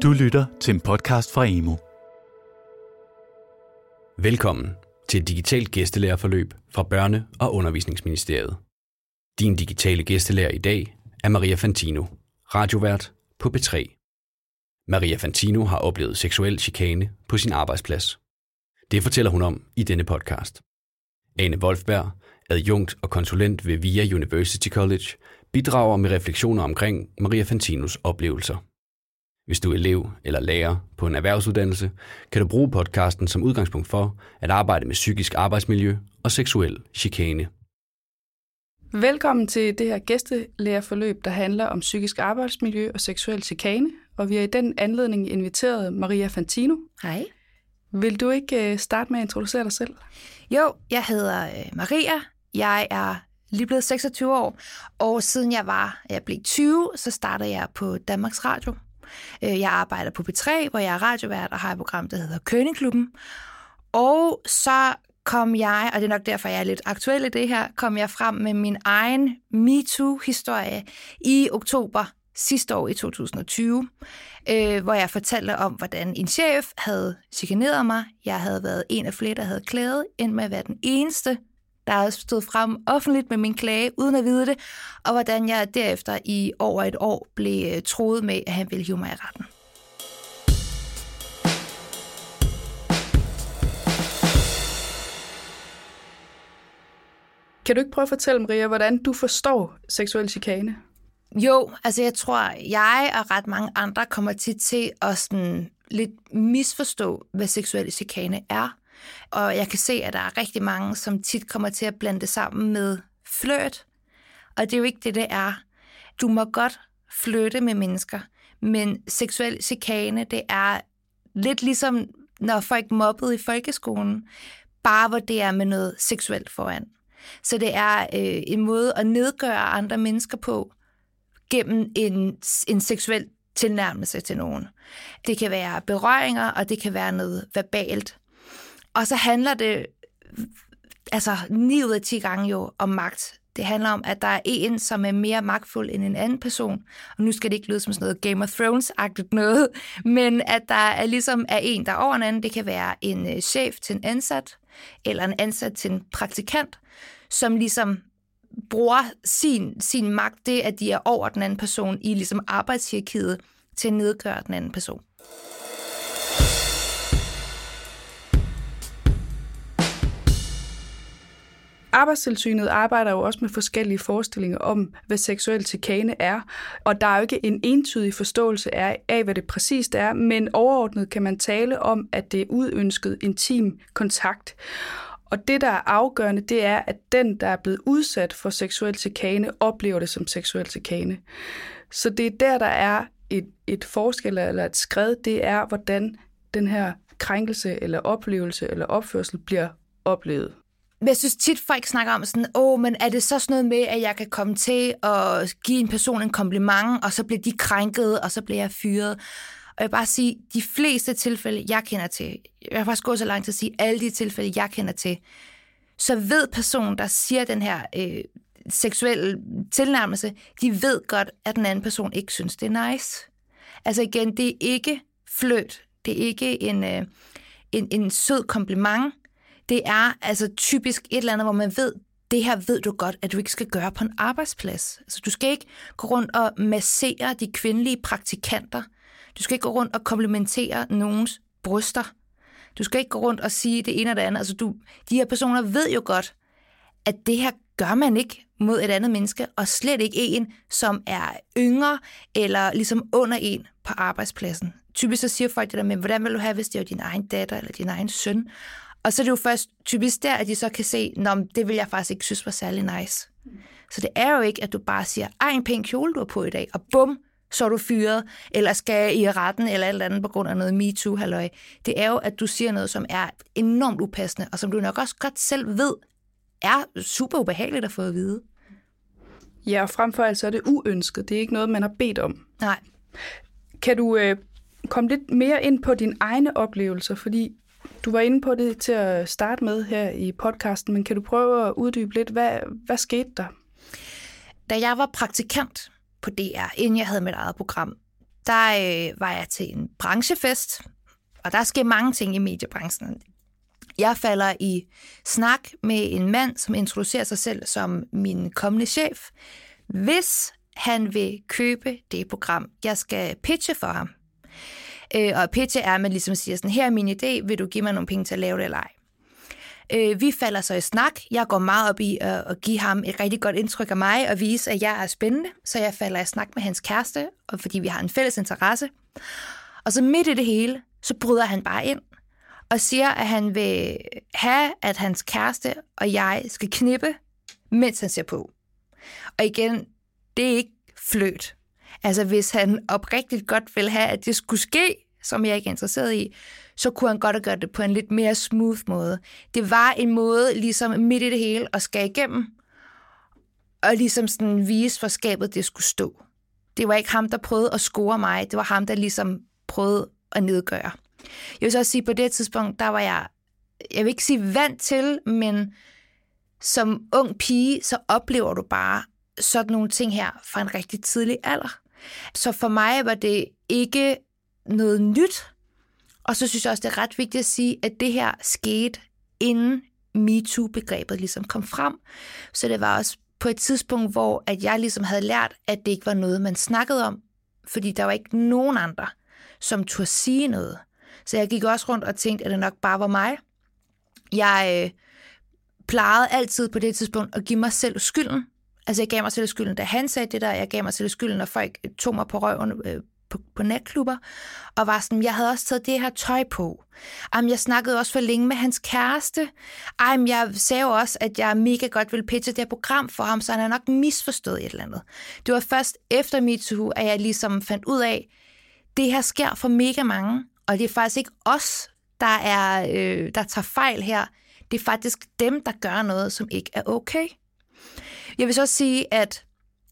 Du lytter til en podcast fra Emo. Velkommen til et digitalt gæstelærerforløb fra Børne- og Undervisningsministeriet. Din digitale gæstelærer i dag er Maria Fantino, radiovært på P3. Maria Fantino har oplevet seksuel chikane på sin arbejdsplads. Det fortæller hun om i denne podcast. Ane Wolfberg, adjunkt og konsulent ved VIA University College, bidrager med refleksioner omkring Maria Fantinos oplevelser. Hvis du er elev eller lærer på en erhvervsuddannelse, kan du bruge podcasten som udgangspunkt for at arbejde med psykisk arbejdsmiljø og seksuel chikane. Velkommen til det her gæstelærerforløb, der handler om psykisk arbejdsmiljø og seksuel chikane. Og vi har i den anledning inviteret Maria Fantino. Hej. Vil du ikke starte med at introducere dig selv? Jo, jeg hedder Maria. Jeg er lige blevet 26 år, og siden jeg blev 20, så startede jeg på Danmarks Radio. Jeg arbejder på P3, hvor jeg er radiovært og har et program, der hedder Kønneklubben. Og så kom jeg, og det er nok derfor, jeg er lidt aktuel i det her, kom jeg frem med min egen MeToo-historie i oktober sidste år i 2020, hvor jeg fortalte om, hvordan en chef havde chikaneret mig. Jeg havde været en af flere, der havde klaget, end med at være den eneste, der havde stået frem offentligt med min klage, uden at vide det, og hvordan jeg derefter i over et år blev truet med, at han ville hive mig i retten. Kan du ikke prøve at fortælle, Maria, hvordan du forstår seksuel chikane? Jo, altså jeg tror, jeg og ret mange andre kommer tit til at sådan lidt misforstå, hvad seksuel chikane er. Og jeg kan se, at der er rigtig mange, som tit kommer til at blande det sammen med flirt. Og det er jo ikke det er. Du må godt flirte med mennesker, men seksuel chikane, det er lidt ligesom, når folk mobbede i folkeskolen, bare hvor det er med noget seksuelt foran. Så det er en måde at nedgøre andre mennesker på gennem en seksuel tilnærmelse til nogen. Det kan være berøringer, og det kan være noget verbalt. Og så handler det 9 ud af 10 gange jo om magt. Det handler om, at der er en, som er mere magtfuld end en anden person. Og nu skal det ikke lyde som sådan noget Game of Thrones-agtigt noget, men at der er ligesom er en, der er over en anden. Det kan være en chef til en ansat, eller en ansat til en praktikant, som ligesom bruger sin magt, det at de er over den anden person i ligesom arbejdshierarkiet, til at nedgøre den anden person. Arbejdstilsynet arbejder jo også med forskellige forestillinger om, hvad seksuel chikane er, og der er jo ikke en entydig forståelse af, hvad det præcist er, men overordnet kan man tale om, at det er uønsket intim kontakt. Og det, der er afgørende, det er, at den, der er blevet udsat for seksuel chikane, oplever det som seksuel chikane. Så det er der er et forskel eller et skred, det er, hvordan den her krænkelse eller oplevelse eller opførsel bliver oplevet. Jeg synes tit, folk snakker om sådan, men er det så sådan noget med, at jeg kan komme til at give en person en kompliment, og så bliver de krænket, og så bliver jeg fyret. Og jeg vil bare sige, de fleste tilfælde, jeg kender til, jeg har faktisk gået så langt til at sige, alle de tilfælde, jeg kender til, så ved personen, der siger den her seksuelle tilnærmelse, de ved godt, at den anden person ikke synes, det er nice. Altså igen, det er ikke flirt, det er ikke en sød kompliment. Det er altså typisk et eller andet, hvor man ved, det her ved du godt, at du ikke skal gøre på en arbejdsplads. Altså, du skal ikke gå rundt og massere de kvindelige praktikanter. Du skal ikke gå rundt og komplimentere nogens bryster. Du skal ikke gå rundt og sige det ene og det andet. Altså, de her personer ved jo godt, at det her gør man ikke mod et andet menneske, og slet ikke en, som er yngre eller ligesom under en på arbejdspladsen. Typisk så siger folk det der med, hvordan vil du have, hvis det er din egen datter eller din egen søn? Og så er det jo først typisk der, at de så kan se, det vil jeg faktisk ikke synes var særlig nice. Så det er jo ikke, at du bare siger, en pæn kjole du har på i dag, og bum, så er du fyret, eller skal i retten, eller et eller andet på grund af noget MeToo-halløj. Det er jo, at du siger noget, som er enormt upassende, og som du nok også godt selv ved, er super ubehageligt at få at vide. Ja, og frem for alt så er det uønsket. Det er ikke noget, man har bedt om. Nej. Kan du komme lidt mere ind på dine egne oplevelser, fordi du var inde på det til at starte med her i podcasten, men kan du prøve at uddybe lidt, hvad skete der? Da jeg var praktikant på DR, inden jeg havde mit eget program, der var jeg til en branchefest, og der sker mange ting i mediebranchen. Jeg falder i snak med en mand, som introducerer sig selv som min kommende chef, hvis han vil købe det program, jeg skal pitche for ham. Og pitche er, at man ligesom siger sådan, her er min idé, vil du give mig nogle penge til at lave det eller ej? Vi falder så i snak. Jeg går meget op i at give ham et rigtig godt indtryk af mig og vise, at jeg er spændende. Så jeg falder i snak med hans kæreste, og fordi vi har en fælles interesse. Og så midt i det hele, så bryder han bare ind og siger, at han vil have, at hans kæreste og jeg skal knippe, mens han ser på. Og igen, det er ikke fløt. Altså hvis han oprigtigt godt vil have, at det skulle ske, som jeg ikke er interesseret i, så kunne han godt have gjort det på en lidt mere smooth måde. Det var en måde, ligesom midt i det hele, at skære igennem, og ligesom sådan vise, hvor skabet det skulle stå. Det var ikke ham, der prøvede at score mig, det var ham, der ligesom prøvede at nedgøre. Jeg vil så også sige, at på det tidspunkt, der var jeg vil ikke sige vant til, men som ung pige, så oplever du bare sådan nogle ting her fra en rigtig tidlig alder. Så for mig var det ikke noget nyt, og så synes jeg også, det er ret vigtigt at sige, at det her skete inden MeToo-begrebet ligesom kom frem. Så det var også på et tidspunkt, hvor at jeg ligesom havde lært, at det ikke var noget, man snakkede om, fordi der var ikke nogen andre, som turde sige noget. Så jeg gik også rundt og tænkte, at det nok bare var mig. Jeg plejede altid på det tidspunkt at give mig selv skylden. Altså jeg gav mig selv skylden, da han sagde det der, jeg gav mig selv skylden, når folk tog mig på røven på natklubber, og var sådan, jeg havde også taget det her tøj på. Jeg snakkede også for længe med hans kæreste. Jeg sagde jo også, at jeg mega godt ville pitche det her program for ham, så han har nok misforstået et eller andet. Det var først efter MeToo, at jeg ligesom fandt ud af, det her sker for mega mange, og det er faktisk ikke os, der tager fejl her. Det er faktisk dem, der gør noget, som ikke er okay. Jeg vil så sige, at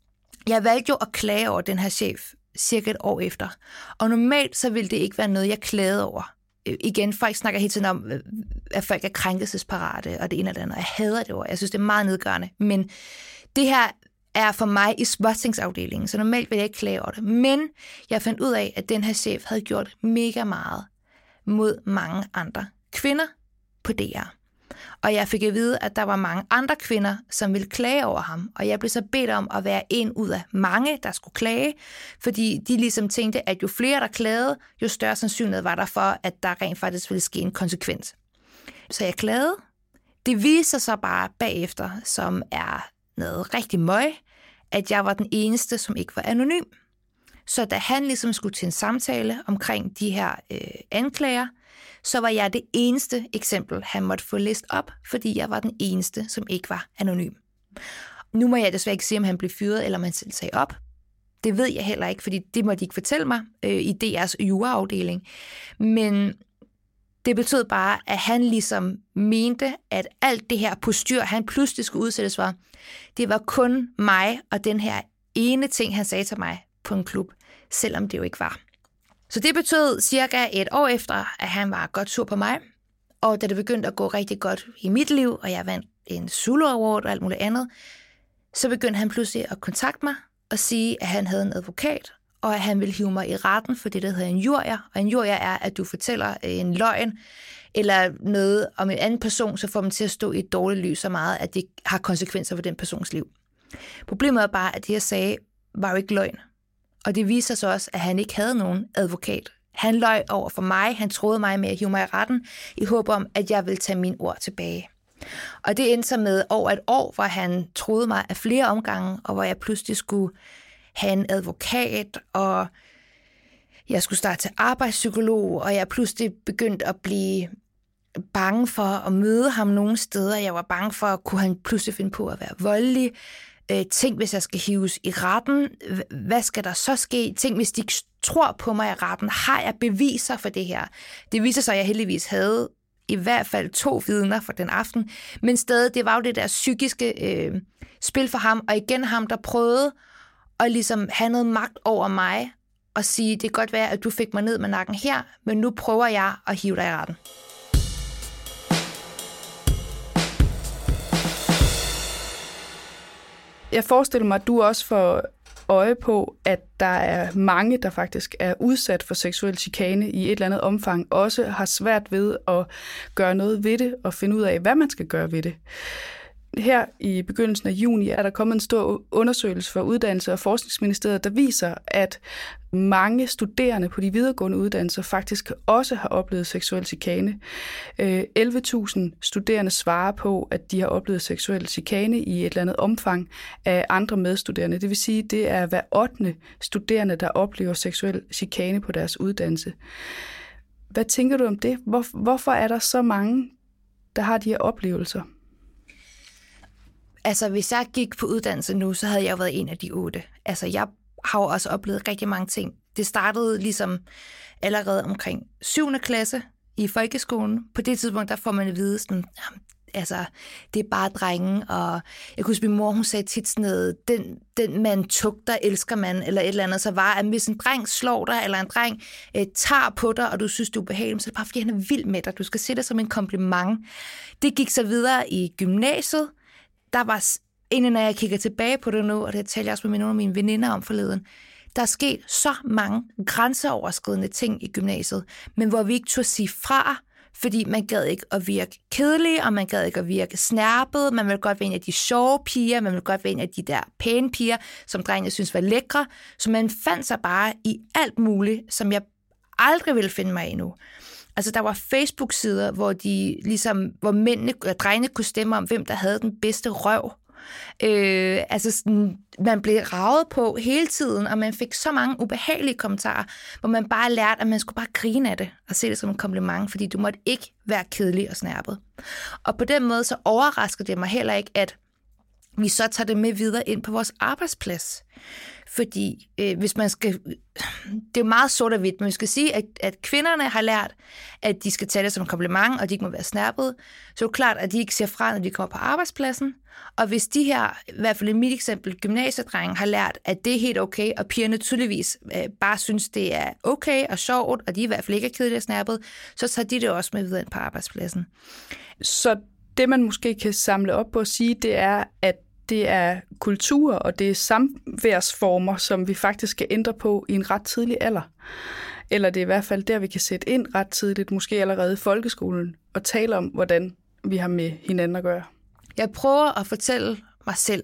jeg valgte jo at klage over den her chef cirka et år efter. Og normalt så ville det ikke være noget, jeg klagede over. Igen, folk snakker hele tiden om, at folk er krænkelsesparate, og det ene eller andet. Jeg hader det ord. Jeg synes, det er meget nedgørende. Men det her er for mig i småtingsafdelingen, så normalt vil jeg ikke klage over det. Men jeg fandt ud af, at den her chef havde gjort mega meget mod mange andre kvinder på DR. Og jeg fik at vide, at der var mange andre kvinder, som ville klage over ham. Og jeg blev så bedt om at være en ud af mange, der skulle klage, fordi de ligesom tænkte, at jo flere der klagede, jo større sandsynlighed var der for, at der rent faktisk ville ske en konsekvens. Så jeg klagede. Det viser sig bare bagefter, som er noget rigtig møg, at jeg var den eneste, som ikke var anonym. Så da han ligesom skulle til en samtale omkring de her anklager, så var jeg det eneste eksempel, han måtte få læst op, fordi jeg var den eneste, som ikke var anonym. Nu må jeg desværre ikke sige, om han blev fyret, eller om han selv sagde op. Det ved jeg heller ikke, fordi det må de ikke fortælle mig i DR's juraafdeling. Men det betød bare, at han ligesom mente, at alt det her postyr, han pludselig skulle udsættes for, det var kun mig og den her ene ting, han sagde til mig på en klub, selvom det jo ikke var. Så det betød cirka et år efter, at han var godt sur på mig. Og da det begyndte at gå rigtig godt i mit liv, og jeg vandt en Zulu Award og alt muligt andet, så begyndte han pludselig at kontakte mig og sige, at han havde en advokat, og at han ville hive mig i retten for det, der hedder en injurie. Og en injurie er, at du fortæller en løgn eller noget om en anden person, så får man til at stå i et dårligt lys så meget, at det har konsekvenser for den persons liv. Problemet er bare, at det, jeg sagde, var jo ikke løgn. Og det viser sig også, at han ikke havde nogen advokat. Han løj over for mig, han troede mig med at hive mig i retten, i håb om, at jeg ville tage mine ord tilbage. Og det endte så med over et år, hvor han troede mig af flere omgange, og hvor jeg pludselig skulle have en advokat, og jeg skulle starte til arbejdspsykolog, og jeg pludselig begyndte at blive bange for at møde ham nogle steder. Jeg var bange for, at kunne han pludselig finde på at være voldelig. Tænk, hvis jeg skal hives i retten. Hvad skal der så ske? Tænk, hvis de ikke tror på mig i retten. Har jeg beviser for det her? Det viser sig, at jeg heldigvis havde i hvert fald 2 vidner for den aften. Men stadig, det var jo det der psykiske spil for ham. Og igen ham, der prøvede at ligesom have noget magt over mig og sige, det kan godt være, at du fik mig ned med nakken her, men nu prøver jeg at hive dig i retten. Jeg forestiller mig, at du også for øje på, at der er mange, der faktisk er udsat for seksuel chikane i et eller andet omfang, også har svært ved at gøre noget ved det og finde ud af, hvad man skal gøre ved det. Her i begyndelsen af juni er der kommet en stor undersøgelse fra Uddannelse- og Forskningsministeriet, der viser, at mange studerende på de videregående uddannelser faktisk også har oplevet seksuel chikane. 11.000 studerende svarer på, at de har oplevet seksuel chikane i et eller andet omfang af andre medstuderende. Det vil sige, at det er hver 8. studerende, der oplever seksuel chikane på deres uddannelse. Hvad tænker du om det? Hvorfor er der så mange, der har de her oplevelser? Altså, hvis jeg gik på uddannelse nu, så havde jeg jo været en af de 8. Altså, jeg har jo også oplevet rigtig mange ting. Det startede ligesom allerede omkring 7. klasse i folkeskolen. På det tidspunkt, der får man at vide sådan, altså, det er bare drenge, og jeg kunne huske, min mor, hun sagde tit sådan noget, den man tugter, elsker man, eller et eller andet, så var, at hvis en dreng slår dig, eller en dreng tager på dig, og du synes, du er behagelig, så er det bare, fordi han er vild med dig. Du skal se det som en kompliment. Det gik så videre i gymnasiet. Der var, inden jeg kigger tilbage på det nu, og det taler jeg også med nogle af mine veninder om forleden, der er sket så mange grænseoverskridende ting i gymnasiet, men hvor vi ikke turde sige fra, fordi man gad ikke at virke kedelig, og man gad ikke at virke snærpet, man ville godt være en af de sjove piger, man ville godt være en af de der pæne piger, som drengene synes var lækre, så man fandt sig bare i alt muligt, som jeg aldrig ville finde mig i nu. Altså, der var Facebook-sider, hvor mændene og drengene kunne stemme om, hvem der havde den bedste røv. Man blev raget på hele tiden, og man fik så mange ubehagelige kommentarer, hvor man bare lærte, at man skulle bare grine af det og se det som en kompliment, fordi du måtte ikke være kedelig og snærpet. Og på den måde så overrasker det mig heller ikke, at vi så tager det med videre ind på vores arbejdsplads. Fordi hvis man skal... Det er meget sort og hvidt, men vi skal sige, at kvinderne har lært, at de skal tage det som en kompliment, og de ikke må være snærpet. Så er det klart, at de ikke siger fra, når de kommer på arbejdspladsen. Og hvis de her, i hvert fald i mit eksempel, gymnasiedrenge, har lært, at det er helt okay, og pigerne tydeligvis bare synes, det er okay og sjovt, og de i hvert fald ikke er kedelige og snærpet, så tager de det også med videre ind på arbejdspladsen. Så det, man måske kan samle op på at sige, det er, at det er kultur, og det er samværsformer, som vi faktisk skal ændre på i en ret tidlig alder. Eller det er i hvert fald der, vi kan sætte ind ret tidligt, måske allerede i folkeskolen, og tale om, hvordan vi har med hinanden at gøre. Jeg prøver at fortælle mig selv,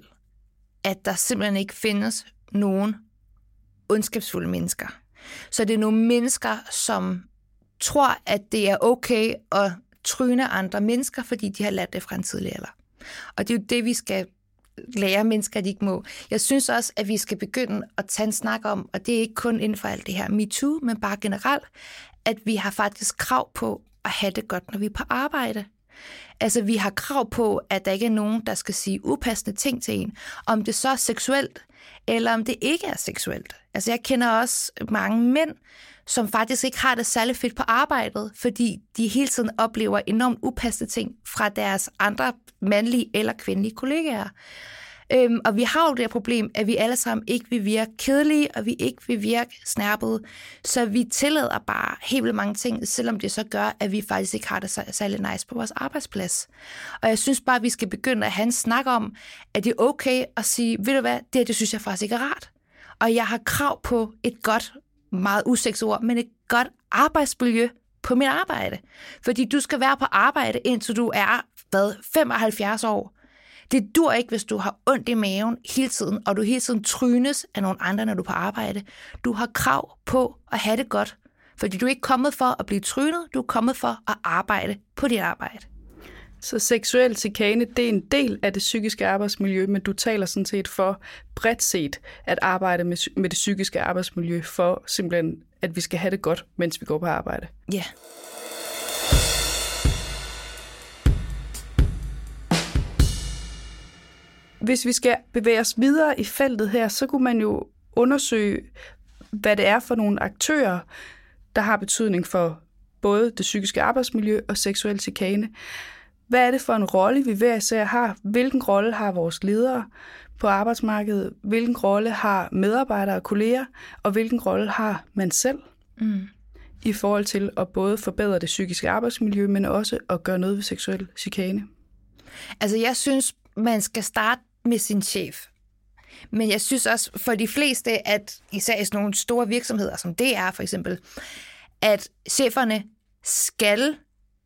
at der simpelthen ikke findes nogen ondskabsfulde mennesker. Så det er nogle mennesker, som tror, at det er okay at tryne andre mennesker, fordi de har lært det fra en tidlig alder. Og det er jo det, vi skal lære mennesker, de ikke må. Jeg synes også, at vi skal begynde at tage en snak om, og det er ikke kun inden for alt det her MeToo, men bare generelt, at vi har faktisk krav på at have det godt, når vi er på arbejde. Altså, vi har krav på, at der ikke er nogen, der skal sige upassende ting til en, om det så er seksuelt, eller om det ikke er seksuelt. Altså, jeg kender også mange mænd, som faktisk ikke har det særlig fedt på arbejdet, fordi de hele tiden oplever enormt upassende ting fra deres andre mandlige eller kvindelige kollegaer. Og vi har jo det her problem, at vi alle sammen ikke vil virke kedelige, og vi ikke vil virke snærpede. Så vi tillader bare helt vildt mange ting, selvom det så gør, at vi faktisk ikke har det særlig nice på vores arbejdsplads. Og jeg synes bare, at vi skal begynde at have en snak om, at det er okay at sige, ved du hvad, det synes jeg faktisk ikke er rart. Og jeg har krav på et godt, meget usexet ord, men et godt arbejdsmiljø på mit arbejde. Fordi du skal være på arbejde, indtil du er 75 år. Det dur ikke, hvis du har ondt i maven hele tiden, og du hele tiden trynes af nogle andre, når du er på arbejde. Du har krav på at have det godt, fordi du er ikke kommet for at blive trynet, du er kommet for at arbejde på dit arbejde. Så seksuel chikane, det er en del af det psykiske arbejdsmiljø, men du taler sådan set for bredt set at arbejde med det psykiske arbejdsmiljø, for simpelthen, at vi skal have det godt, mens vi går på arbejde. Ja. Hvis vi skal bevæge os videre i feltet her, så kunne man jo undersøge, hvad det er for nogle aktører, der har betydning for både det psykiske arbejdsmiljø og seksuel chikane. Hvad er det for en rolle, vi hver især har? Hvilken rolle har vores ledere på arbejdsmarkedet? Hvilken rolle har medarbejdere og kolleger? Og hvilken rolle har man selv i forhold til at både forbedre det psykiske arbejdsmiljø, men også at gøre noget ved seksuel chikane? Altså, jeg synes, man skal starte med sin chef. Men jeg synes også for de fleste, at især i sådan nogle store virksomheder, som det er for eksempel, at cheferne skal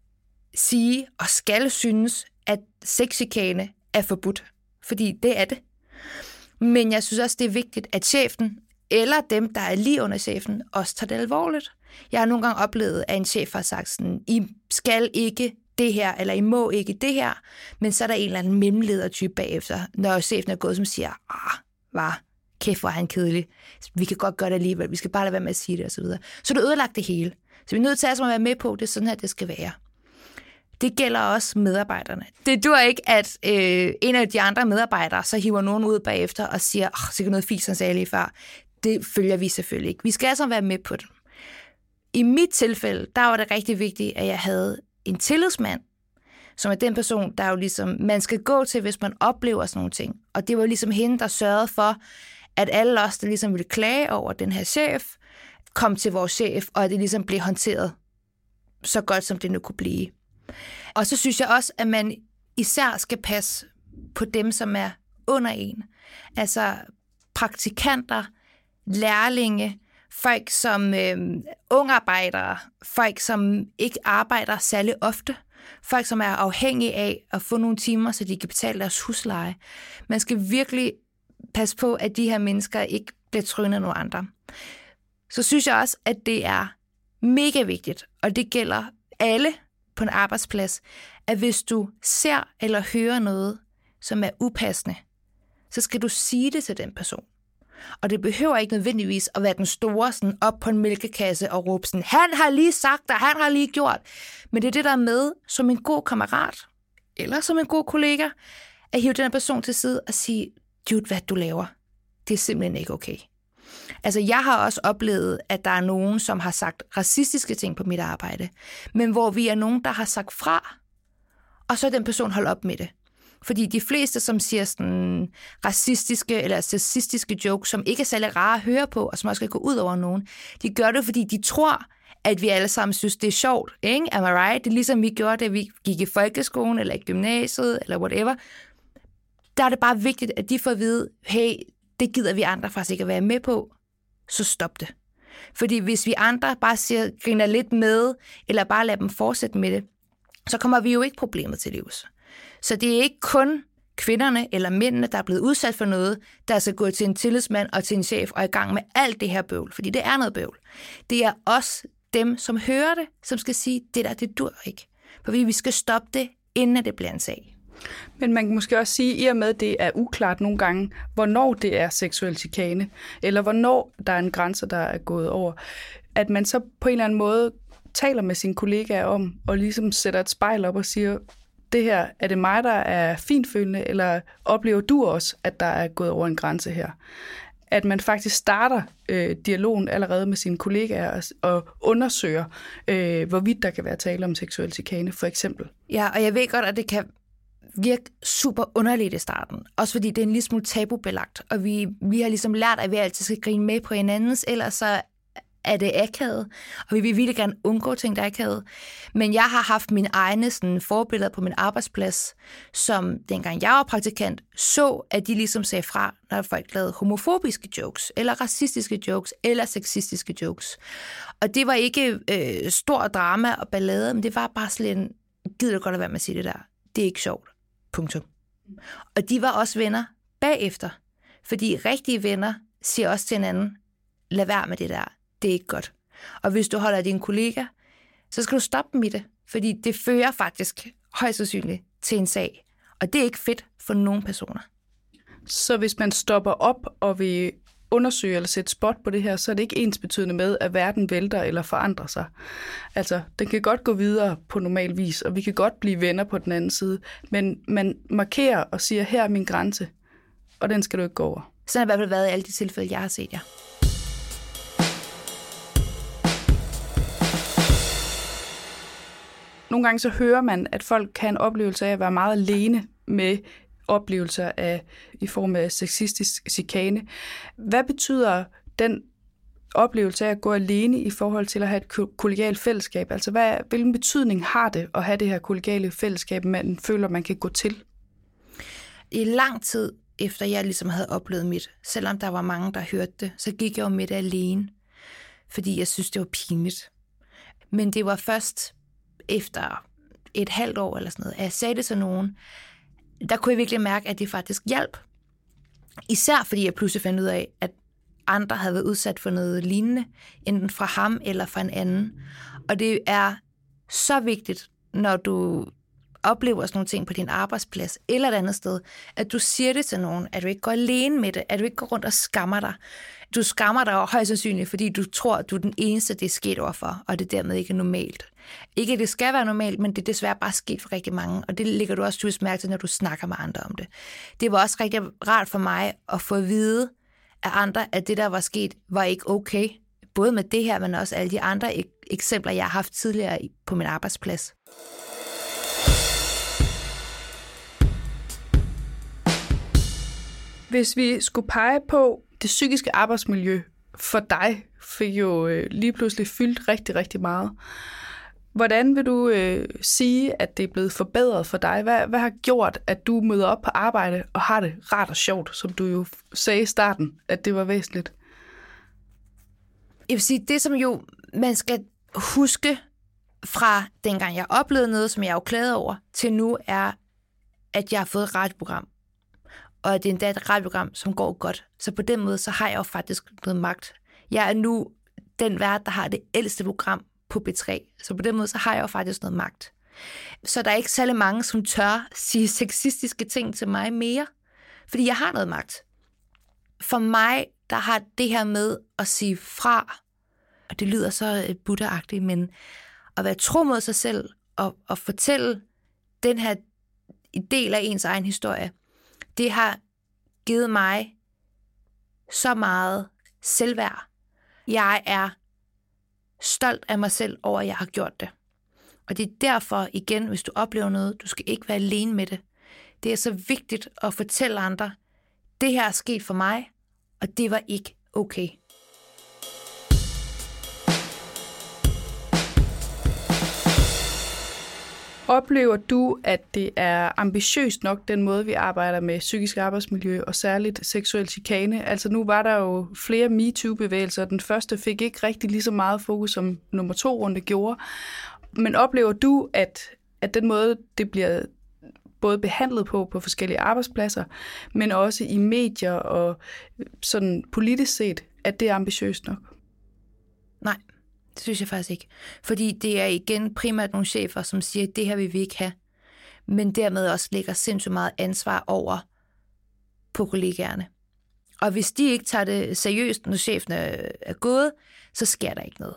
sige og skal synes, at sexchikane er forbudt. Fordi det er det. Men jeg synes også, det er vigtigt, at chefen eller dem, der er lige under chefen, også tager det alvorligt. Jeg har nogle gange oplevet, at en chef har sagt sådan, I skal ikke det her, eller I må ikke det her, men så er der en eller anden mellemledertype bagefter, når chefen er gået, som siger, kæft, hvor er han kedelig. Vi kan godt gøre det alligevel, vi skal bare lade være med at sige det, osv. Så det ødelagt det hele. Så vi er nødt til at være med på, det er sådan her, det skal være. Det gælder også medarbejderne. Det dur ikke, at en af de andre medarbejdere så hiver nogen ud bagefter og siger, så kan noget fint, som sagde lige før. Det følger vi selvfølgelig ikke. Vi skal altså være med på det. I mit tilfælde, der var det rigtig vigtigt, at jeg havde en tillidsmand, som er den person, der jo ligesom, man skal gå til, hvis man oplever sådan nogle ting. Og det var ligesom hende, der sørgede for, at alle os, der ligesom ville klage over den her chef, kom til vores chef, og at det ligesom blev håndteret så godt, som det nu kunne blive. Og så synes jeg også, at man især skal passe på dem, som er under en. Altså praktikanter, lærlinge, folk som ungarbejdere, folk som ikke arbejder særlig ofte, folk som er afhængige af at få nogle timer, så de kan betale deres husleje. Man skal virkelig passe på, at de her mennesker ikke bliver trynet af nogle andre. Så synes jeg også, at det er mega vigtigt, og det gælder alle på en arbejdsplads, at hvis du ser eller hører noget, som er upassende, så skal du sige det til den person. Og det behøver ikke nødvendigvis at være den store sådan op på en mælkekasse og råbe sådan, han har lige sagt det, han har lige gjort. Men det er det der med, som en god kammerat, eller som en god kollega, at hive den her person til side og sige, dude, hvad du laver, det er simpelthen ikke okay. Altså, jeg har også oplevet, at der er nogen, som har sagt racistiske ting på mit arbejde, men hvor vi er nogen, der har sagt fra, og så er den person holdt op med det. Fordi de fleste, som siger sådan racistiske eller sexistiske jokes, som ikke er særlig rare at høre på, og som også kan gå ud over nogen, de gør det, fordi de tror, at vi alle sammen synes, det er sjovt. Ikke? Am I right? Det er ligesom vi gjorde det, vi gik i folkeskolen, eller i gymnasiet, eller whatever. Der er det bare vigtigt, at de får at vide, hey, det gider vi andre faktisk ikke at være med på, så stop det. Fordi hvis vi andre bare siger, griner lidt med, eller bare lader dem fortsætte med det, så kommer vi jo ikke problemet til livs. Så det er ikke kun kvinderne eller mændene, der er blevet udsat for noget, der skal gå til en tillidsmand og til en chef og er i gang med alt det her bøvl, fordi det er noget bøvl. Det er også dem, som hører det, som skal sige, det dur ikke. For vi skal stoppe det, inden det bliver en sag. Men man kan måske også sige, i og med, at det er uklart nogle gange, hvornår det er seksuel chikane, eller hvornår der er en grænse, der er gået over, at man så på en eller anden måde taler med sine kollegaer om, og ligesom sætter et spejl op og siger, det her, er det mig, der er finfølende, eller oplever du også, at der er gået over en grænse her? At man faktisk starter dialogen allerede med sine kollegaer og undersøger, hvorvidt der kan være tale om seksuel chikane, for eksempel. Ja, og jeg ved godt, at det kan virke super underligt i starten. Også fordi det er en lille smule tabubelagt, og vi har ligesom lært, at vi altid skal grine med på hinandens, ellers så er det akavet, og vi vil virkelig gerne undgå ting, der er akavet. Men jeg har haft mine egne sådan, forbilleder på min arbejdsplads, som dengang jeg var praktikant, så, at de ligesom sagde fra, når folk lavede homofobiske jokes, eller racistiske jokes, eller sexistiske jokes. Og det var ikke stor drama og ballade, men det var bare sådan en, gider du godt at være med at sige det der? Det er ikke sjovt. Punktum. Og de var også venner bagefter, fordi rigtige venner siger også til hinanden, lad være med det der. Det er ikke godt. Og hvis du holder din kollega, så skal du stoppe dem i det, fordi det fører faktisk højst sandsynligt til en sag. Og det er ikke fedt for nogen personer. Så hvis man stopper op og vil undersøge eller sætte spot på det her, så er det ikke ensbetydende med, at verden vælter eller forandrer sig. Altså, den kan godt gå videre på normal vis, og vi kan godt blive venner på den anden side, men man markerer og siger, her er min grænse, og den skal du ikke gå over. Sådan har det i hvert fald været i alle de tilfælde, jeg har set jer. Nogle gange så hører man, at folk kan have en oplevelse af at være meget alene med oplevelser af i form af sexistisk chikane. Hvad betyder den oplevelse af at gå alene i forhold til at have et kollegialt fællesskab? Altså hvilken betydning har det at have det her kollegiale fællesskab, man føler, man kan gå til? I lang tid efter jeg ligesom havde oplevet mit. Selvom der var mange, der hørte det, så gik jeg jo med det alene, fordi jeg synes, det var pinligt. Men det var først efter et halvt år eller sådan noget, at jeg sagde det til nogen, der kunne jeg virkelig mærke, at det faktisk hjalp. Især fordi jeg pludselig fandt ud af, at andre havde været udsat for noget lignende, enten fra ham eller fra en anden. Og det er så vigtigt, når du oplever sådan nogle ting på din arbejdsplads eller et andet sted, at du siger det til nogen, at du ikke går alene med det, at du ikke går rundt og skammer dig. Du skammer dig højst sandsynligt, fordi du tror, at du er den eneste, det er sket overfor, og det dermed ikke er normalt. Ikke, at det skal være normalt, men det er desværre bare sket for rigtig mange, og det lægger du også typisk mærke til, når du snakker med andre om det. Det var også rigtig rart for mig at få at vide af andre, at det, der var sket, var ikke okay. Både med det her, men også alle de andre eksempler, jeg har haft tidligere på min arbejdsplads. Hvis vi skulle pege på det psykiske arbejdsmiljø for dig, fik jo lige pludselig fyldt rigtig, rigtig meget. Hvordan vil du sige, at det er blevet forbedret for dig? Hvad har gjort, at du møder op på arbejde og har det rart og sjovt, som du jo sagde i starten, at det var væsentligt? Jeg vil sige, det som jo man skal huske fra dengang jeg oplevede noget, som jeg er jo glad over, til nu er, at jeg har fået et radioprogram. Og det er endda et radioprogram, som går godt. Så på den måde, så har jeg jo faktisk noget magt. Jeg er nu den vært, der har det ældste program på B3. Så på den måde, så har jeg jo faktisk noget magt. Så der er ikke særlig mange, som tør sige sexistiske ting til mig mere. Fordi jeg har noget magt. For mig, der har det her med at sige fra, og det lyder så buddha-agtigt, men at være tro mod sig selv og fortælle den her del af ens egen historie, det har givet mig så meget selvværd. Jeg er stolt af mig selv over, at jeg har gjort det. Og det er derfor, igen, hvis du oplever noget, du skal ikke være alene med det. Det er så vigtigt at fortælle andre, det her er sket for mig, og det var ikke okay. Oplever du, at det er ambitiøst nok, den måde, vi arbejder med psykisk arbejdsmiljø og særligt seksuel chikane? Altså nu var der jo flere MeToo-bevægelser. Den første fik ikke rigtig lige så meget fokus, som nummer 2-runde gjorde. Men oplever du, at den måde, det bliver både behandlet på forskellige arbejdspladser, men også i medier og sådan politisk set, at det er ambitiøst nok? Nej. Det synes jeg faktisk ikke. Fordi det er igen primært nogle chefer, som siger, at det her vil vi ikke have. Men dermed også lægger sindssygt meget ansvar over på kollegaerne. Og hvis de ikke tager det seriøst, når chefen er gået, så sker der ikke noget.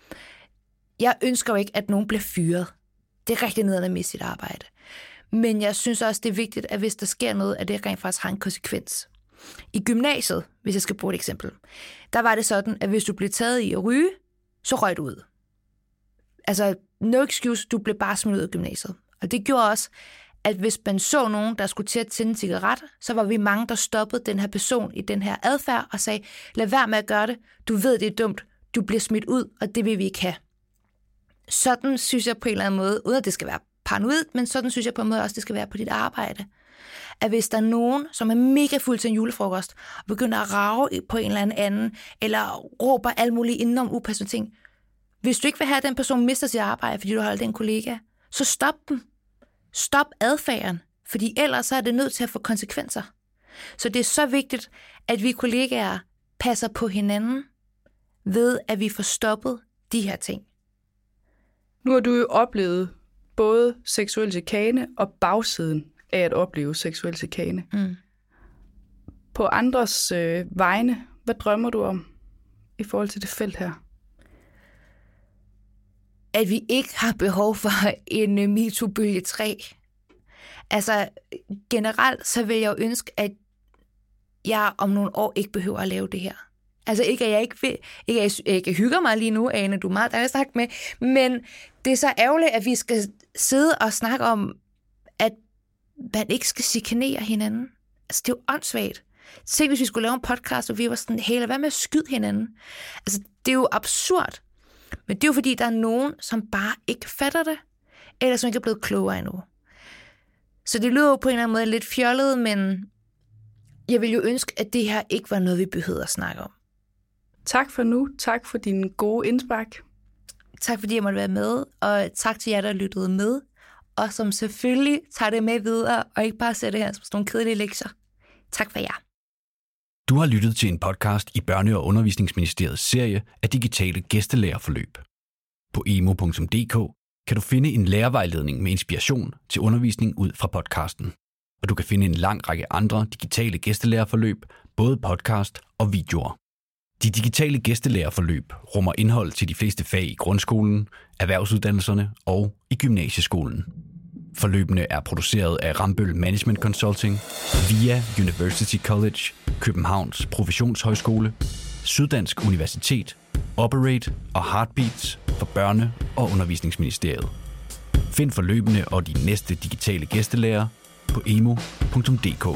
Jeg ønsker jo ikke, at nogen bliver fyret. Det er rigtig nederen at miste sit arbejde. Men jeg synes også, det er vigtigt, at hvis der sker noget, at det rent faktisk har en konsekvens. I gymnasiet, hvis jeg skal bruge et eksempel, der var det sådan, at hvis du blev taget i at ryge, så røg du ud. Altså, no excuse, du blev bare smidt ud af gymnasiet. Og det gjorde også, at hvis man så nogen, der skulle til at tænde en cigaret, så var vi mange, der stoppede den her person i den her adfærd og sagde, lad være med at gøre det, du ved, det er dumt, du bliver smidt ud, og det vil vi ikke have. Sådan synes jeg på en eller anden måde, uden at det skal være paranoid, men sådan synes jeg på en måde også, det skal være på dit arbejde. At hvis der er nogen, som er mega fuld til en julefrokost, og begynder at rage på en eller anden, eller råber alt muligt enormt upassende ting, hvis du ikke vil have, at den person mister sit arbejde, fordi du holder den kollega, så stop dem. Stop adfærden, fordi ellers så er det nødt til at få konsekvenser. Så det er så vigtigt, at vi kollegaer passer på hinanden, ved at vi får stoppet de her ting. Nu har du jo oplevet både seksuel chikane og bagsiden af at opleve seksuel chikane. Mm. På andres vegne, hvad drømmer du om i forhold til det felt her? At vi ikke har behov for en MeToo-bølge 3. Altså generelt så vil jeg jo ønske, at jeg om nogle år ikke behøver at lave det her. Altså ikke, at jeg ikke hygger mig lige nu, Ane, du er meget dejlig at snakke med, men det er så ærgerligt, at vi skal sidde og snakke om, at man ikke skal chikanere hinanden. Altså det er jo åndssvagt. Se, hvis vi skulle lave en podcast, og vi var sådan, hey, hvad med at skyde hinanden? Altså det er jo absurd. Men det er jo fordi, der er nogen, som bare ikke fatter det, eller som ikke er blevet klogere endnu. Så det lyder jo på en eller anden måde lidt fjollet, men Jeg vil jo ønske, at det her ikke var noget, vi behøvede at snakke om. Tak for nu. Tak for dine gode indspark. Tak fordi jeg måtte være med, og tak til jer, der lyttede med, og som selvfølgelig tager det med videre, og ikke bare sætter det her som sådan nogle kedelige lektier. Tak for jer. Du har lyttet til en podcast i Børne- og Undervisningsministeriets serie af digitale gæstelærerforløb. På emo.dk kan du finde en lærervejledning med inspiration til undervisning ud fra podcasten. Og du kan finde en lang række andre digitale gæstelærerforløb, både podcast og videoer. De digitale gæstelærerforløb rummer indhold til de fleste fag i grundskolen, erhvervsuddannelserne og i gymnasieskolen. Forløbene er produceret af Rambøll Management Consulting, VIA University College, Københavns Professionshøjskole, Syddansk Universitet, Operate og Heartbeats for Børne- og Undervisningsministeriet. Find forløbene og de næste digitale gæstelærere på emo.dk.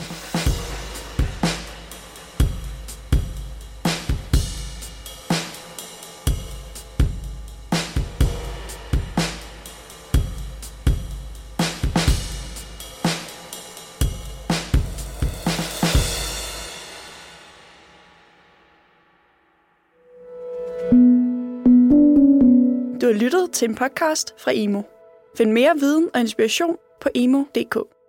Du har lyttet til en podcast fra Emo. Find mere viden og inspiration på emo.dk.